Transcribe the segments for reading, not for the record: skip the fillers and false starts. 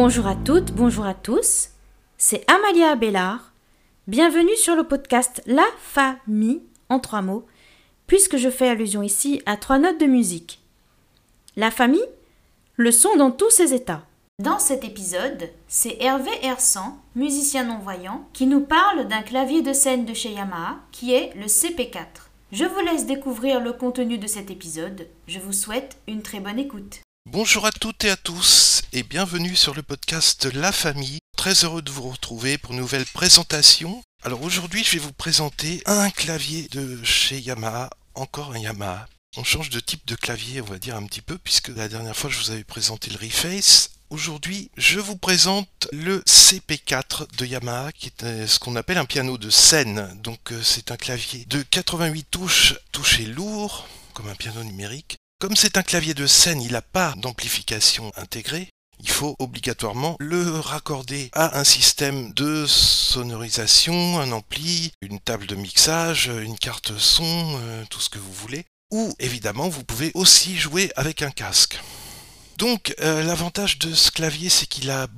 Bonjour à toutes, bonjour à tous, c'est Amalia Abélard. Bienvenue sur le podcast La Famille en 3 mots, puisque je fais allusion ici à 3 notes de musique. La famille, le son dans tous ses états. Dans cet épisode, c'est Hervé Hersan, musicien non-voyant, qui nous parle d'un clavier de scène de chez Yamaha qui est le CP4. Je vous laisse découvrir le contenu de cet épisode. Je vous souhaite une très bonne écoute. Bonjour à toutes et à tous et bienvenue sur le podcast La Famille. Très heureux de vous retrouver pour une nouvelle présentation. Alors aujourd'hui je vais vous présenter un clavier de chez Yamaha, encore un Yamaha. On change de type de clavier on va dire un petit peu puisque la dernière fois je vous avais présenté le Reface. Aujourd'hui je vous présente le CP4 de Yamaha qui est ce qu'on appelle un piano de scène. Donc c'est un clavier de 88 touches, touché lourd comme un piano numérique. Comme c'est un clavier de scène, il n'a pas d'amplification intégrée, il faut obligatoirement le raccorder à un système de sonorisation, un ampli, une table de mixage, une carte son, tout ce que vous voulez. Ou évidemment, vous pouvez aussi jouer avec un casque. Donc l'avantage de ce clavier, c'est qu'il a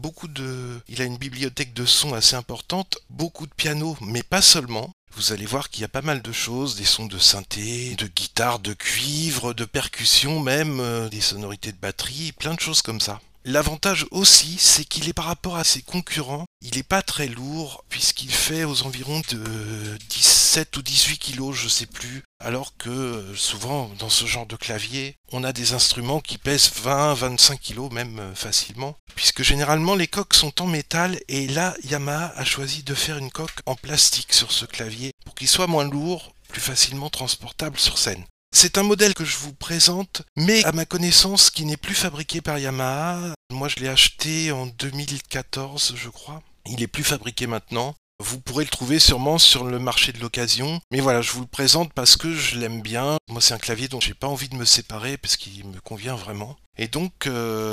il a une bibliothèque de sons assez importante, beaucoup de pianos, mais pas seulement. Vous allez voir qu'il y a pas mal de choses, des sons de synthé, de guitare, de cuivre, de percussion même, des sonorités de batterie, plein de choses comme ça. L'avantage aussi, c'est qu'il est par rapport à ses concurrents, il n'est pas très lourd, puisqu'il fait aux environs de 17 ou 18 kilos, je sais plus, alors que souvent dans ce genre de clavier, on a des instruments qui pèsent 20-25 kilos même facilement, puisque généralement les coques sont en métal, et là Yamaha a choisi de faire une coque en plastique sur ce clavier, pour qu'il soit moins lourd, plus facilement transportable sur scène. C'est un modèle que je vous présente, mais à ma connaissance qui n'est plus fabriqué par Yamaha. Moi je l'ai acheté en 2014 je crois. Il est plus fabriqué maintenant. Vous pourrez le trouver sûrement sur le marché de l'occasion. Mais voilà, je vous le présente parce que je l'aime bien. Moi c'est un clavier dont j'ai pas envie de me séparer parce qu'il me convient vraiment. Et donc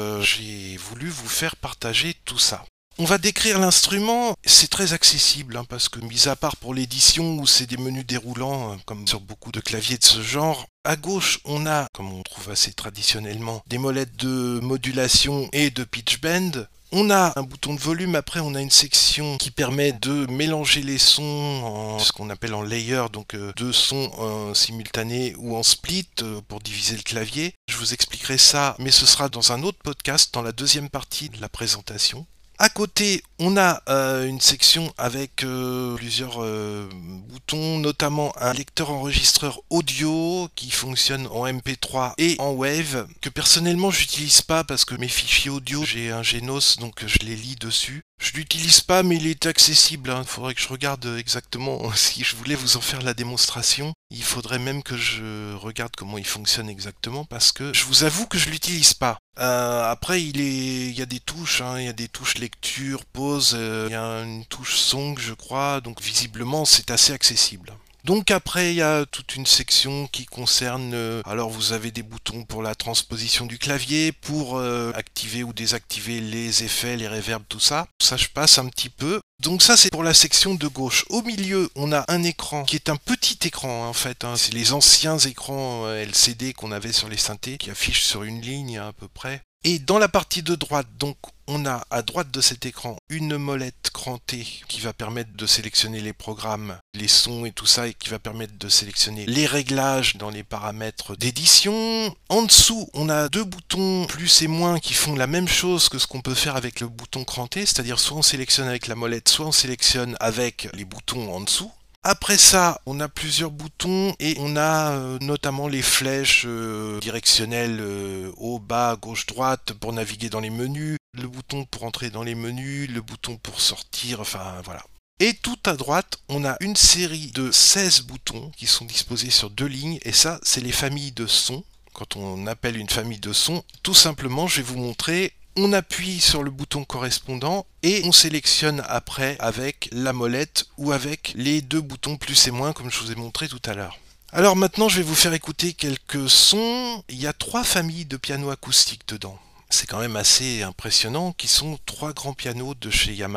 j'ai voulu vous faire partager tout ça. On va décrire l'instrument, c'est très accessible parce que mis à part pour l'édition où c'est des menus déroulants comme sur beaucoup de claviers de ce genre, à gauche on a, comme on trouve assez traditionnellement, des molettes de modulation et de pitch bend. On a un bouton de volume, après on a une section qui permet de mélanger les sons en ce qu'on appelle en layer, donc deux sons simultanés ou en split pour diviser le clavier. Je vous expliquerai ça, mais ce sera dans un autre podcast, dans la deuxième partie de la présentation. À côté, on a une section avec plusieurs boutons, notamment un lecteur enregistreur audio qui fonctionne en MP3 et en Wave, que personnellement j'utilise pas parce que mes fichiers audio, j'ai un Genos donc je les lis dessus. Je l'utilise pas mais il est accessible, il faudrait que je regarde exactement si je voulais vous en faire la démonstration. Il faudrait même que je regarde comment il fonctionne exactement parce que je vous avoue que je l'utilise pas. Après il y a des touches, il y a des touches lecture, pause, il y a une touche song je crois, donc visiblement c'est assez accessible. Donc après il y a toute une section qui concerne, alors vous avez des boutons pour la transposition du clavier, pour activer ou désactiver les effets, les reverbs, tout ça. Ça je passe un petit peu. Donc ça c'est pour la section de gauche. Au milieu on a un écran qui est un petit écran en fait. C'est les anciens écrans LCD qu'on avait sur les synthés qui affichent sur une ligne à peu près. Et dans la partie de droite, donc, on a à droite de cet écran une molette crantée qui va permettre de sélectionner les programmes, les sons et tout ça, et qui va permettre de sélectionner les réglages dans les paramètres d'édition. En dessous, on a deux boutons plus et moins qui font la même chose que ce qu'on peut faire avec le bouton cranté, c'est-à-dire soit on sélectionne avec la molette, soit on sélectionne avec les boutons en dessous. Après ça, on a plusieurs boutons et on a notamment les flèches directionnelles haut, bas, gauche, droite pour naviguer dans les menus, le bouton pour entrer dans les menus, le bouton pour sortir, enfin voilà. Et tout à droite, on a une série de 16 boutons qui sont disposés sur deux lignes et ça, c'est les familles de sons. Quand on appelle une famille de sons, tout simplement, je vais vous montrer. On appuie sur le bouton correspondant et on sélectionne après avec la molette ou avec les deux boutons plus et moins comme je vous ai montré tout à l'heure. Alors maintenant je vais vous faire écouter quelques sons. Il y a 3 familles de pianos acoustiques dedans. C'est quand même assez impressionnant qui sont 3 grands pianos de chez Yamaha.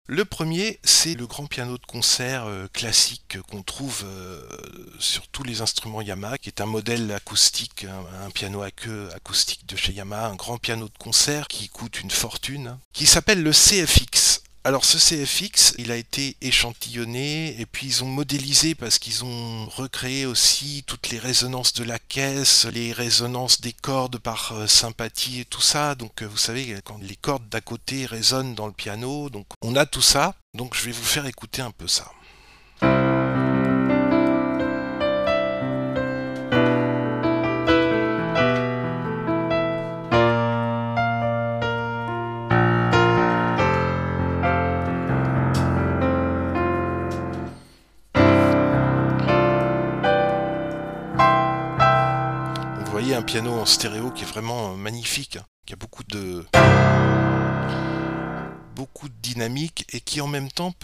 Le premier, c'est le grand piano de concert classique qu'on trouve sur tous les instruments Yamaha, qui est un modèle acoustique, un piano à queue acoustique de chez Yamaha, un grand piano de concert qui coûte une fortune, qui s'appelle le CFX. Alors ce CFX, il a été échantillonné et puis ils ont modélisé parce qu'ils ont recréé aussi toutes les résonances de la caisse, les résonances des cordes par sympathie et tout ça. Donc vous savez, quand les cordes d'à côté résonnent dans le piano, donc on a tout ça. Donc je vais vous faire écouter un peu ça. Vous voyez un piano en stéréo qui est vraiment magnifique, qui a beaucoup de dynamique et qui en même temps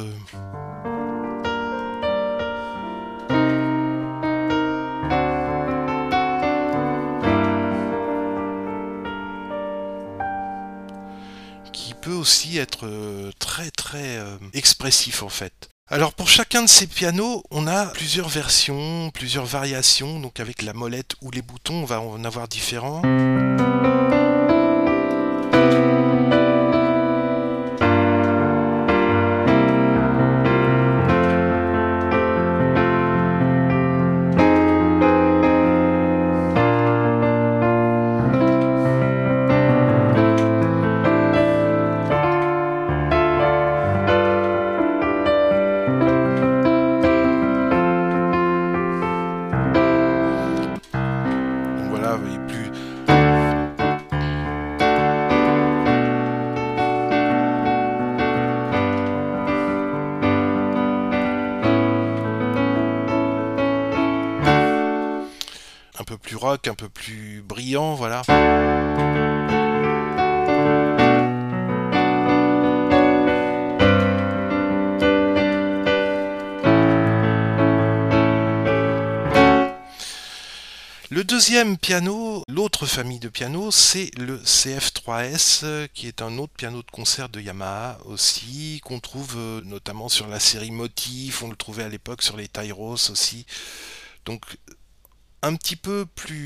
peut aussi être très expressif en fait. Alors pour chacun de ces pianos, on a plusieurs versions, plusieurs variations, donc avec la molette ou les boutons, on va en avoir différents. Un peu plus rock, un peu plus brillant, voilà. Le deuxième piano, l'autre famille de pianos, c'est le CF3S, qui est un autre piano de concert de Yamaha aussi, qu'on trouve notamment sur la série Motif, on le trouvait à l'époque sur les Tyros aussi. Donc un petit peu plus...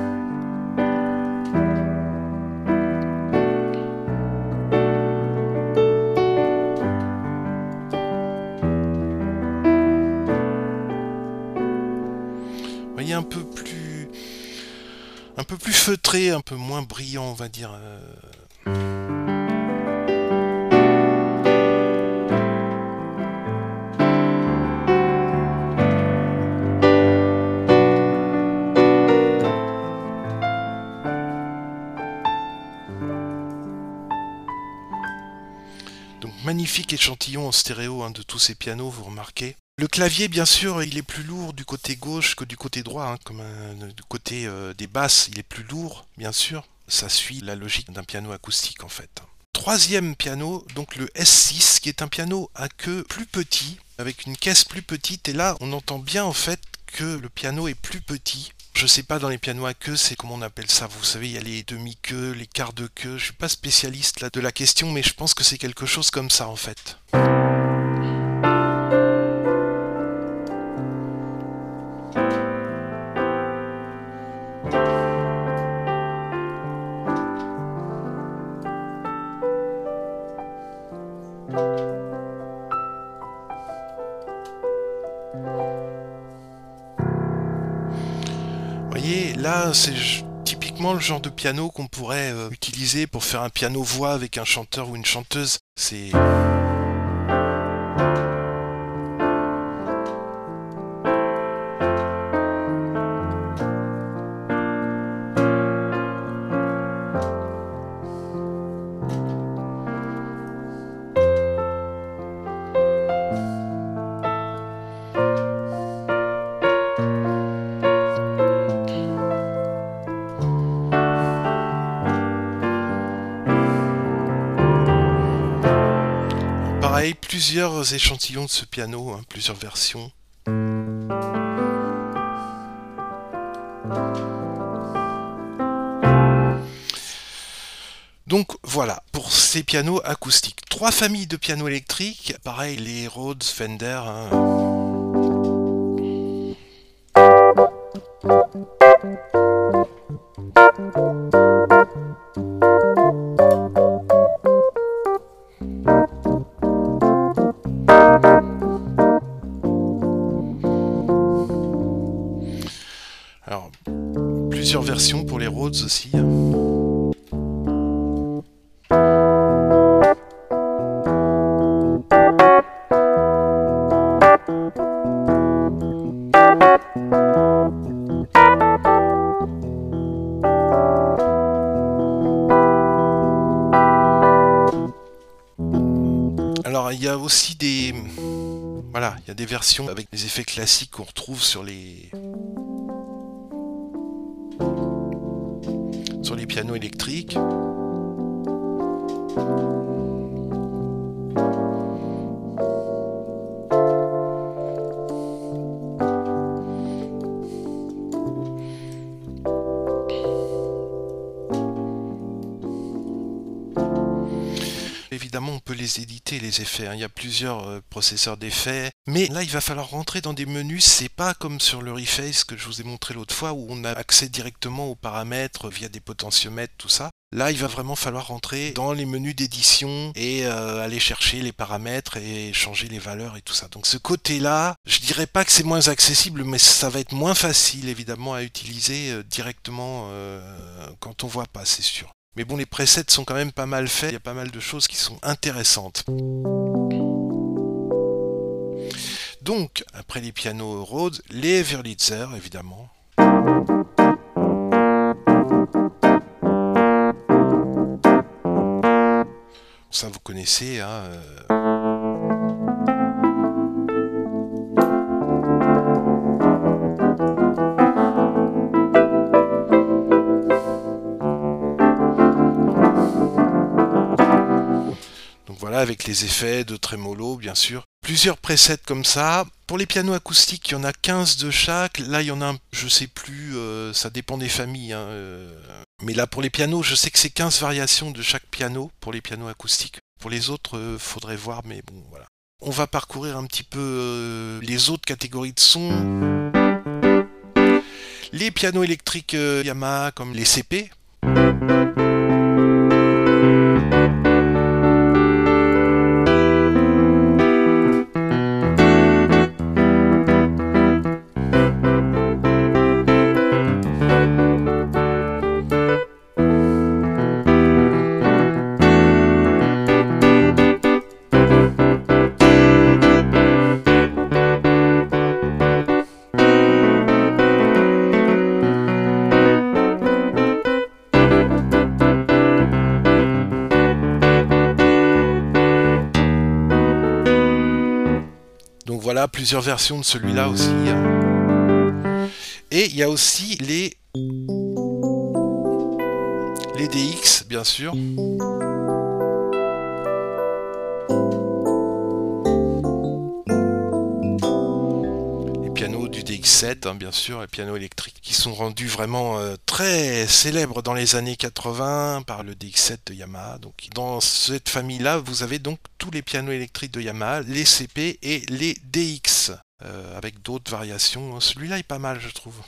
Vous voyez, un peu plus feutré, un peu moins brillant, on va dire. Donc magnifique échantillon en stéréo de tous ces pianos, vous remarquez. Le clavier, bien sûr, il est plus lourd du côté gauche que du côté droit, comme du côté des basses, il est plus lourd, bien sûr. Ça suit la logique d'un piano acoustique, en fait. Troisième piano, donc le S6, qui est un piano à queue plus petit, avec une caisse plus petite, et là, on entend bien, en fait, que le piano est plus petit. Je sais pas dans les pianos à queue, c'est comment on appelle ça. Vous savez, il y a les demi-queues, les quarts de queue. Je suis pas spécialiste là de la question, mais je pense que c'est quelque chose comme ça, en fait. Vous voyez, là, c'est typiquement le genre de piano qu'on pourrait utiliser pour faire un piano-voix avec un chanteur ou une chanteuse. C'est... Pareil, plusieurs échantillons de ce piano, plusieurs versions. Donc Donc voilà, pour ces pianos acoustiques. 3 familles de pianos électriques, pareil les Rhodes, Fender. Alors, plusieurs versions pour les Rhodes aussi. Alors il y a aussi des... Voilà, il y a des versions avec les effets classiques qu'on retrouve sur les pianos électriques. Évidemment, on peut les éditer, les effets. Il y a plusieurs processeurs d'effets. Mais là, il va falloir rentrer dans des menus. C'est pas comme sur le Reface que je vous ai montré l'autre fois, où on a accès directement aux paramètres via des potentiomètres, tout ça. Là, il va vraiment falloir rentrer dans les menus d'édition et aller chercher les paramètres et changer les valeurs et tout ça. Donc ce côté-là, je dirais pas que c'est moins accessible, mais ça va être moins facile, évidemment, à utiliser directement quand on voit pas, c'est sûr. Mais bon, les presets sont quand même pas mal faits, il y a pas mal de choses qui sont intéressantes. Donc, après les pianos Rhodes, les Wurlitzer, évidemment. Ça, vous connaissez, hein. Voilà, avec les effets de trémolo, bien sûr. Plusieurs presets comme ça. Pour les pianos acoustiques, il y en a 15 de chaque. Là, il y en a, je sais plus, ça dépend des familles. Hein, mais là, pour les pianos, je sais que c'est 15 variations de chaque piano, pour les pianos acoustiques. Pour les autres, faudrait voir, mais bon, voilà. On va parcourir un petit peu les autres catégories de sons. Les pianos électriques Yamaha, comme les CP. Donc voilà, plusieurs versions de celui-là aussi. Et il y a aussi les DX, bien sûr. Les pianos du DX7, hein, bien sûr, les pianos électriques qui sont rendus vraiment très célèbres dans les années 80 par le DX7 de Yamaha. Donc dans cette famille-là, vous avez donc tous les pianos électriques de Yamaha, les CP et les DX, avec d'autres variations. Celui-là est pas mal, je trouve.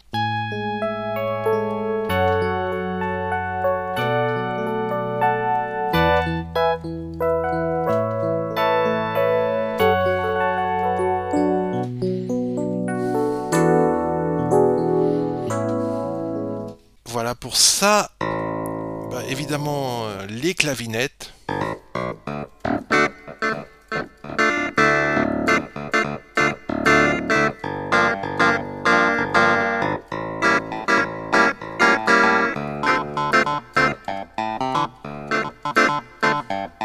Voilà pour ça. Bah, évidemment, les clavinettes.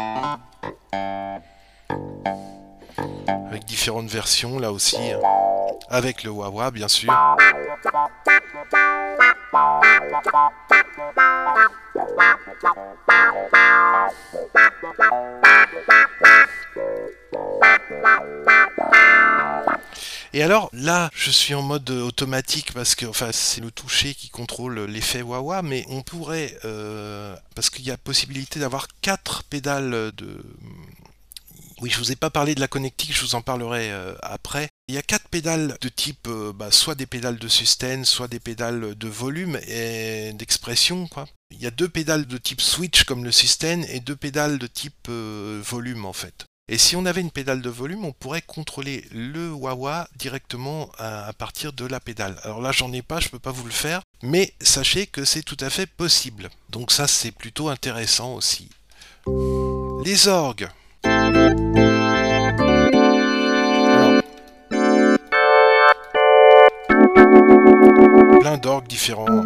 Avec différentes versions là aussi. avec le wah-wah bien sûr. Et alors là, je suis en mode automatique parce que enfin c'est le toucher qui contrôle l'effet wah-wah, mais on pourrait parce qu'il y a possibilité d'avoir 4 pédales de. Oui, je vous ai pas parlé de la connectique, je vous en parlerai après. Il y a 4 pédales de type soit des pédales de sustain, soit des pédales de volume et d'expression, quoi. Il y a 2 pédales de type switch comme le sustain et 2 pédales de type volume en fait. Et si on avait une pédale de volume, on pourrait contrôler le wah-wah directement à partir de la pédale. Alors là, j'en ai pas, je peux pas vous le faire, mais sachez que c'est tout à fait possible. Donc ça, c'est plutôt intéressant aussi. Les orgues. Alors, plein d'orgues différents.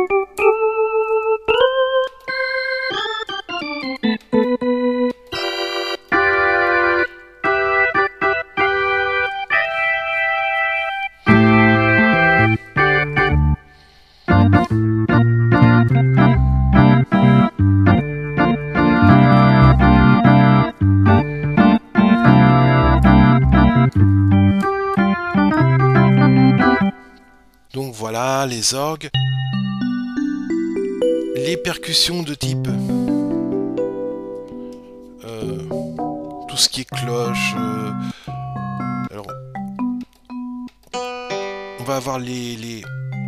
Donc voilà, les orgues. Les percussions de type tout ce qui est cloche. Alors, on va avoir les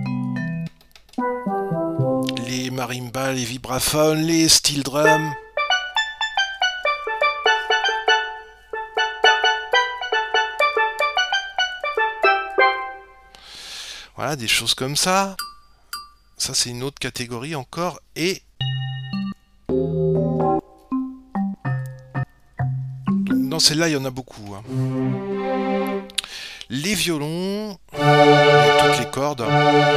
marimbas, les vibraphones, les steel drums. Voilà, des choses comme ça. Ça, c'est une autre catégorie encore. Et dans celle-là, il y en a beaucoup. Hein. Les violons, toutes les cordes.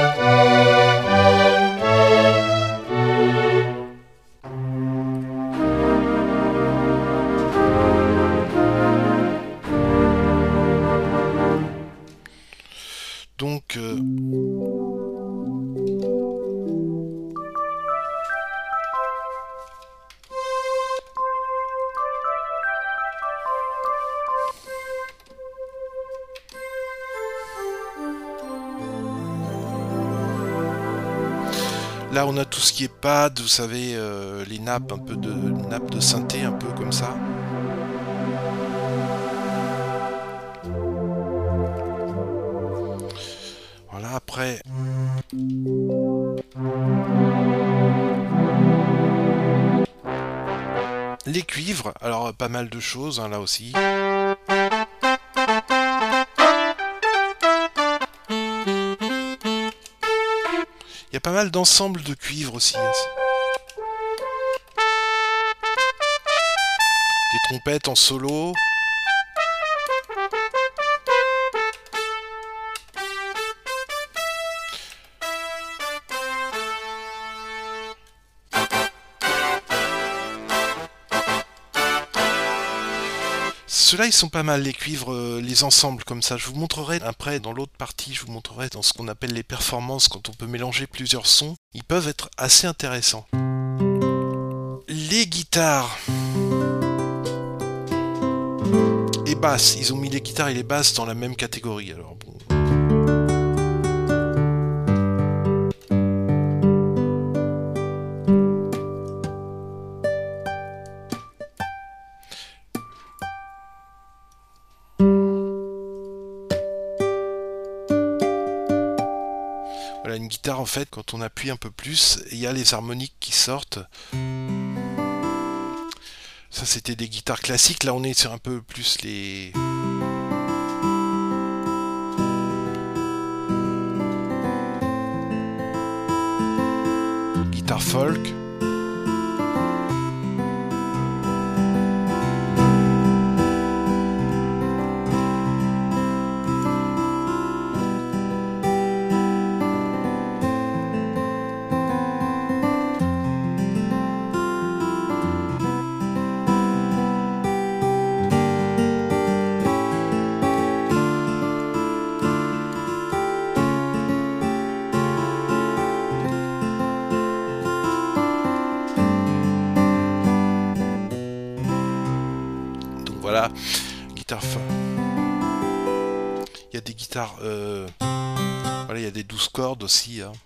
Donc, là, on a tout ce qui est pad, vous savez, les nappes, un peu de nappes de synthé, un peu comme ça. Voilà, après. Les cuivres, alors pas mal de choses, hein, là aussi. Il y a pas mal d'ensembles de cuivres aussi. Hein. Des trompettes en solo. Ceux-là, ils sont pas mal, les cuivres, les ensembles comme ça. Je vous montrerai après, dans l'autre partie, je vous montrerai dans ce qu'on appelle les performances, quand on peut mélanger plusieurs sons. Ils peuvent être assez intéressants. Les guitares et basses. Ils ont mis les guitares et les basses dans la même catégorie. Alors bon. Voilà, une guitare en fait, quand on appuie un peu plus, il y a les harmoniques qui sortent. Ça c'était des guitares classiques, là on est sur un peu plus les... guitares folk. Voilà, guitare fa. Il y a des guitares... Voilà, il y a des 12 cordes aussi. Hein.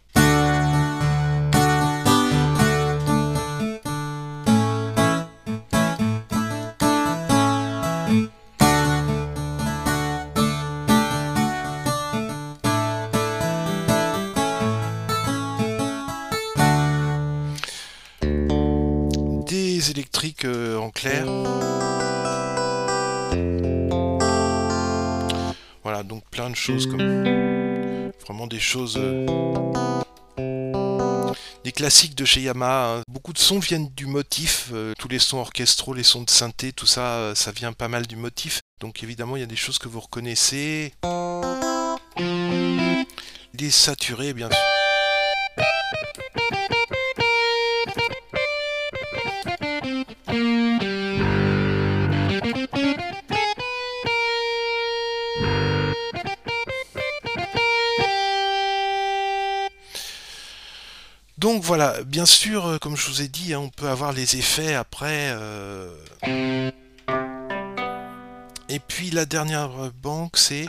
Des électriques en clair. Voilà, donc plein de choses comme... Vraiment des choses... Des classiques de chez Yamaha. Hein. Beaucoup de sons viennent du motif. Tous les sons orchestraux, les sons de synthé, tout ça, ça vient pas mal du motif. Donc évidemment, il y a des choses que vous reconnaissez. Les saturés, bien sûr. Donc voilà, bien sûr, comme je vous ai dit, hein, on peut avoir les effets après. Et puis la dernière banque, c'est...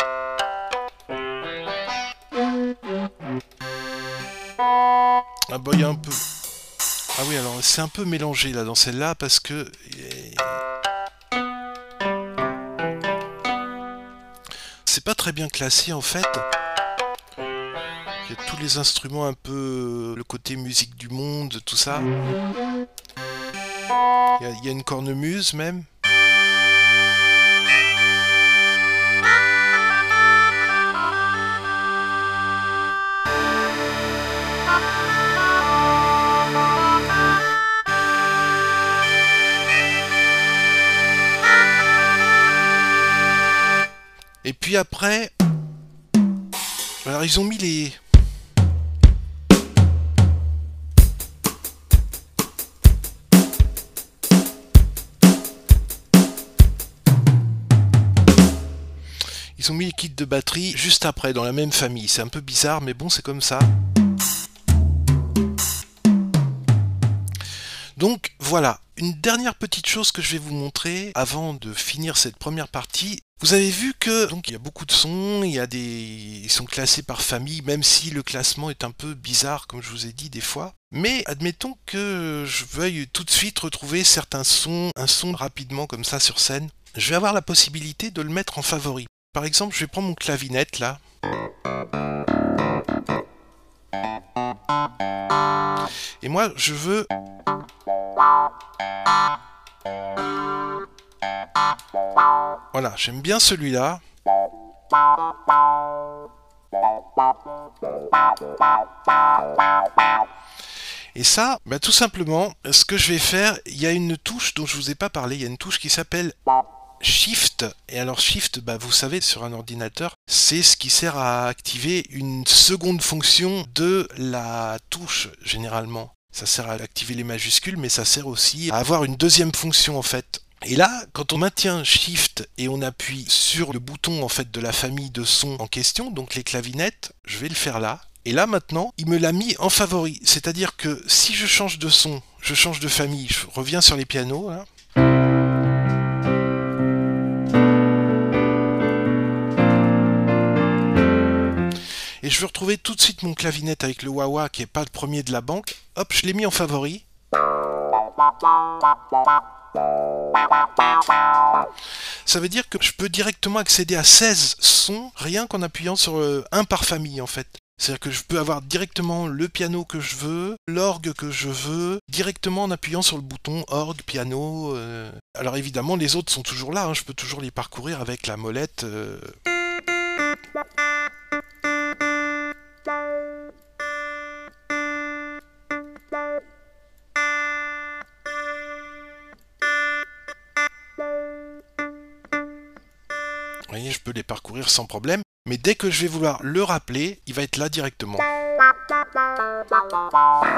Ah bah il y a un peu... Ah oui, alors c'est un peu mélangé là dans celle-là parce que... C'est pas très bien classé en fait. Il y a tous les instruments un peu... Le côté musique du monde, tout ça. Il y a une cornemuse même. Et puis après... Alors ils ont mis les... Ils ont mis les kits de batterie juste après, dans la même famille. C'est un peu bizarre, mais bon, c'est comme ça. Donc, voilà. Une dernière petite chose que je vais vous montrer avant de finir cette première partie. Vous avez vu que donc il y a beaucoup de sons, ils sont classés par famille, même si le classement est un peu bizarre, comme je vous ai dit des fois. Mais admettons que je veuille tout de suite retrouver certains sons, un son rapidement comme ça sur scène. Je vais avoir la possibilité de le mettre en favori. Par exemple, je vais prendre mon clavinette là. Et moi, je veux... Voilà, j'aime bien celui-là. Et ça, bah, tout simplement, ce que je vais faire, il y a une touche dont je vous ai pas parlé, il y a une touche qui s'appelle Shift. Et alors Shift, bah, vous savez, sur un ordinateur, c'est ce qui sert à activer une seconde fonction de la touche, généralement. Ça sert à activer les majuscules, mais ça sert aussi à avoir une deuxième fonction, en fait. Et là, quand on maintient Shift et on appuie sur le bouton, en fait, de la famille de sons en question, donc les clavinettes, je vais le faire là. Et là, maintenant, il me l'a mis en favori. C'est-à-dire que si je change de son, je change de famille, je reviens sur les pianos, là. Et je veux retrouver tout de suite mon clavinette avec le wah-wah qui n'est pas le premier de la banque. Hop, je l'ai mis en favori. Ça veut dire que je peux directement accéder à 16 sons rien qu'en appuyant sur un par famille en fait. C'est-à-dire que je peux avoir directement le piano que je veux, l'orgue que je veux, directement en appuyant sur le bouton orgue, piano. Alors évidemment les autres sont toujours là, hein, je peux toujours les parcourir avec la molette. Vous voyez, je peux les parcourir sans problème, mais dès que je vais vouloir le rappeler, il va être là directement.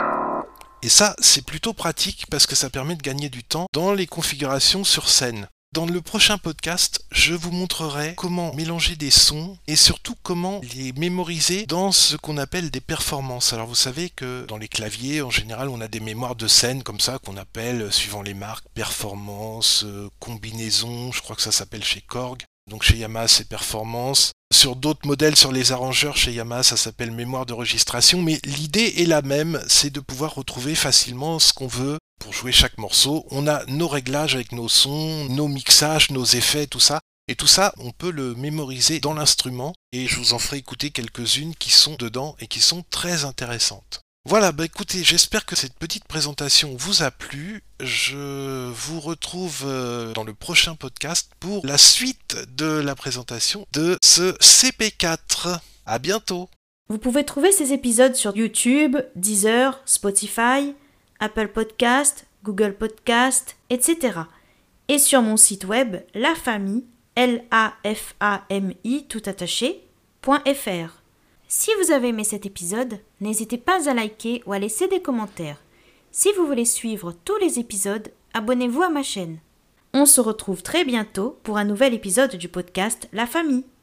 Et ça, c'est plutôt pratique parce que ça permet de gagner du temps dans les configurations sur scène. Dans le prochain podcast, je vous montrerai comment mélanger des sons et surtout comment les mémoriser dans ce qu'on appelle des performances. Alors vous savez que dans les claviers, en général, on a des mémoires de scène comme ça qu'on appelle, suivant les marques, performances, combinaisons, je crois que ça s'appelle chez Korg. Donc chez Yamaha, c'est performance. Sur d'autres modèles, sur les arrangeurs, chez Yamaha, ça s'appelle mémoire de registration. Mais l'idée est la même, c'est de pouvoir retrouver facilement ce qu'on veut pour jouer chaque morceau. On a nos réglages avec nos sons, nos mixages, nos effets, tout ça. Et tout ça, on peut le mémoriser dans l'instrument. Et je vous en ferai écouter quelques-unes qui sont dedans et qui sont très intéressantes. Voilà, écoutez, j'espère que cette petite présentation vous a plu. Je vous retrouve dans le prochain podcast pour la suite de la présentation de ce CP4. À bientôt. Vous pouvez trouver ces épisodes sur YouTube, Deezer, Spotify, Apple Podcast, Google Podcast, etc. Et sur mon site web lafami, LAFAMI, tout attaché.fr. Si vous avez aimé cet épisode, n'hésitez pas à liker ou à laisser des commentaires. Si vous voulez suivre tous les épisodes, abonnez-vous à ma chaîne. On se retrouve très bientôt pour un nouvel épisode du podcast La Famille.